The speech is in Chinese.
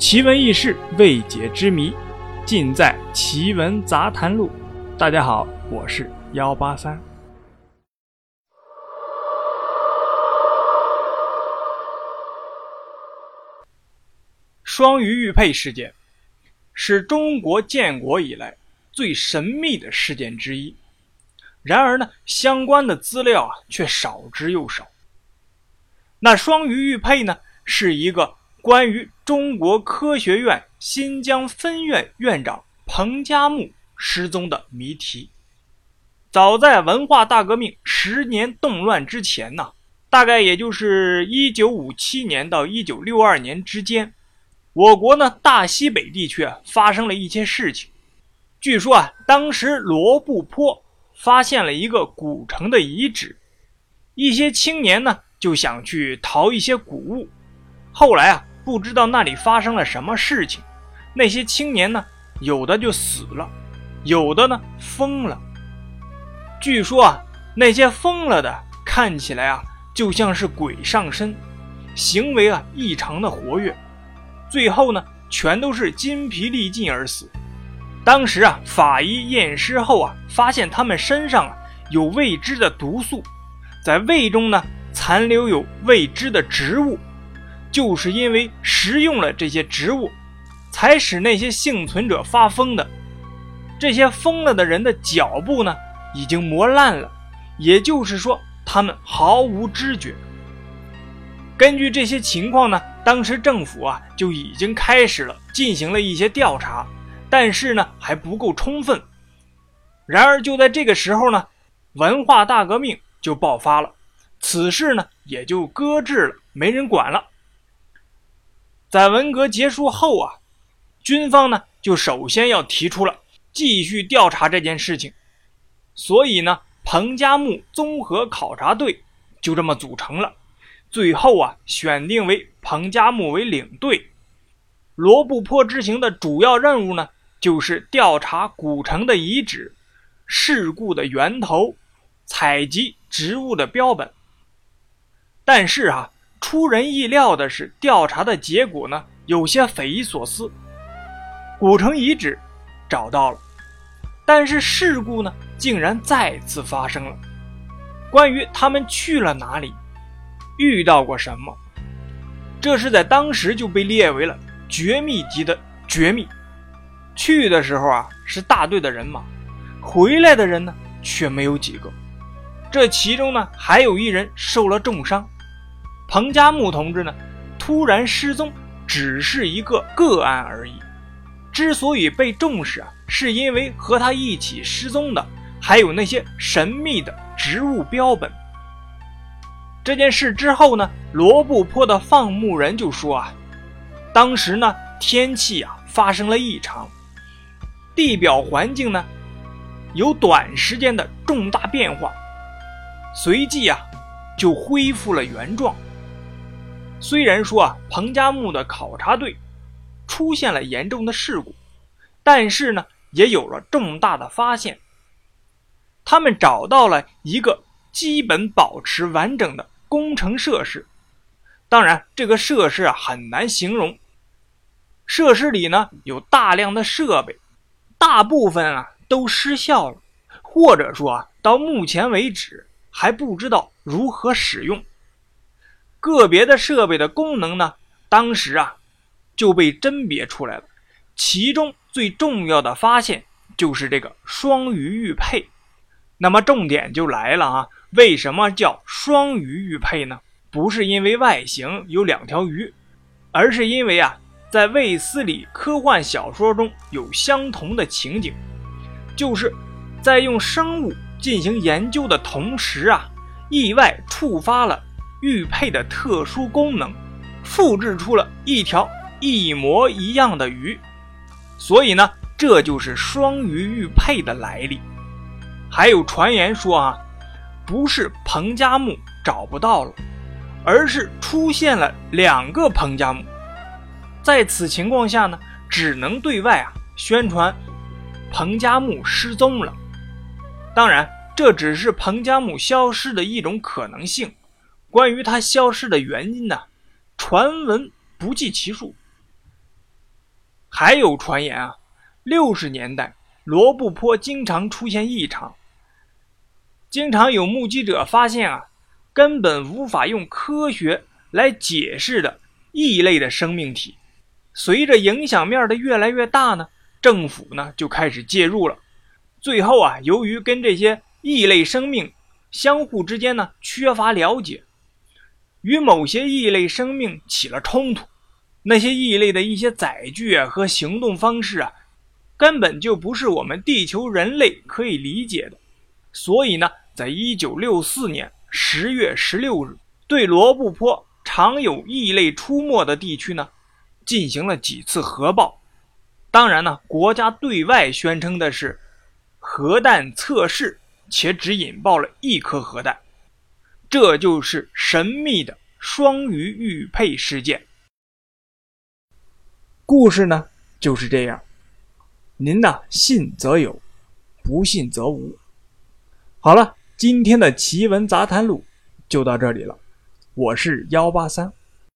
奇闻异事、未解之谜，尽在奇闻杂谈录。大家好，我是183。双鱼玉佩事件是中国建国以来最神秘的事件之一，然而呢，相关的资料却少之又少。那双鱼玉佩呢，是一个关于中国科学院新疆分院院长彭加木失踪的谜题。早在文化大革命10年动乱之前呢，大概也就是1957年到1962年之间，我国呢大西北地区发生了一些事情。据说当时罗布泊发现了一个古城的遗址，一些青年呢就想去淘一些古物。后来不知道那里发生了什么事情，那些青年呢，有的就死了，有的呢疯了。据说那些疯了的看起来就像是鬼上身，行为异常的活跃，最后呢全都是筋疲力尽而死。当时法医验尸后发现他们身上有未知的毒素，在胃中呢残留有未知的植物，就是因为食用了这些植物，才使那些幸存者发疯的。这些疯了的人的脚部呢已经磨烂了，也就是说他们毫无知觉。根据这些情况呢，当时政府就已经开始了进行了一些调查，但是呢还不够充分。然而就在这个时候呢，文化大革命就爆发了，此事呢也就搁置了，没人管了。在文革结束后军方呢就首先要提出了继续调查这件事情，所以呢彭加木综合考察队就这么组成了，最后选定为彭加木为领队。罗布泊之行的主要任务呢就是调查古城的遗址、事故的源头、采集植物的标本。但是出人意料的是，调查的结果呢有些匪夷所思。古城遗址找到了，但是事故呢竟然再次发生了。关于他们去了哪里，遇到过什么，这是在当时就被列为了绝密级的绝密。去的时候是大队的人马，回来的人呢却没有几个。这其中呢还有一人受了重伤。彭加木同志呢突然失踪只是一个个案而已，之所以被重视是因为和他一起失踪的还有那些神秘的植物标本。这件事之后呢，罗布泊的放牧人就说当时呢天气发生了异常，地表环境呢有短时间的重大变化，随即就恢复了原状。虽然说彭加木的考察队出现了严重的事故，但是呢也有了重大的发现。他们找到了一个基本保持完整的工程设施，当然这个设施很难形容。设施里呢有大量的设备，大部分都失效了，或者说到目前为止还不知道如何使用。个别的设备的功能呢当时就被甄别出来了，其中最重要的发现就是这个双鱼玉佩。那么重点就来了为什么叫双鱼玉佩呢？不是因为外形有2条鱼，而是因为在卫斯理科幻小说中有相同的情景，就是在用生物进行研究的同时意外触发了玉佩的特殊功能，复制出了一条一模一样的鱼。所以呢这就是双鱼玉佩的来历。还有传言说不是彭加木找不到了，而是出现了2个彭加木。在此情况下呢，只能对外宣传彭加木失踪了。当然这只是彭加木消失的一种可能性，关于他消失的原因呢，传闻不计其数。 还有传言啊，60年代罗布泊经常出现异常，经常有目击者发现啊，根本无法用科学来解释的异类的生命体。随着影响面的越来越大呢，政府呢就开始介入了。最后啊，由于跟这些异类生命相互之间呢缺乏了解，与某些异类生命起了冲突。那些异类的一些载具啊和行动方式啊，根本就不是我们地球人类可以理解的。所以呢，在1964年10月16日，对罗布泊常有异类出没的地区呢，进行了几次核爆。当然呢，国家对外宣称的是核弹测试，且只引爆了1颗核弹。这就是神秘的双鱼玉佩事件。故事呢就是这样，您呢信则有，不信则无。好了，今天的奇闻杂谈录就到这里了，我是183。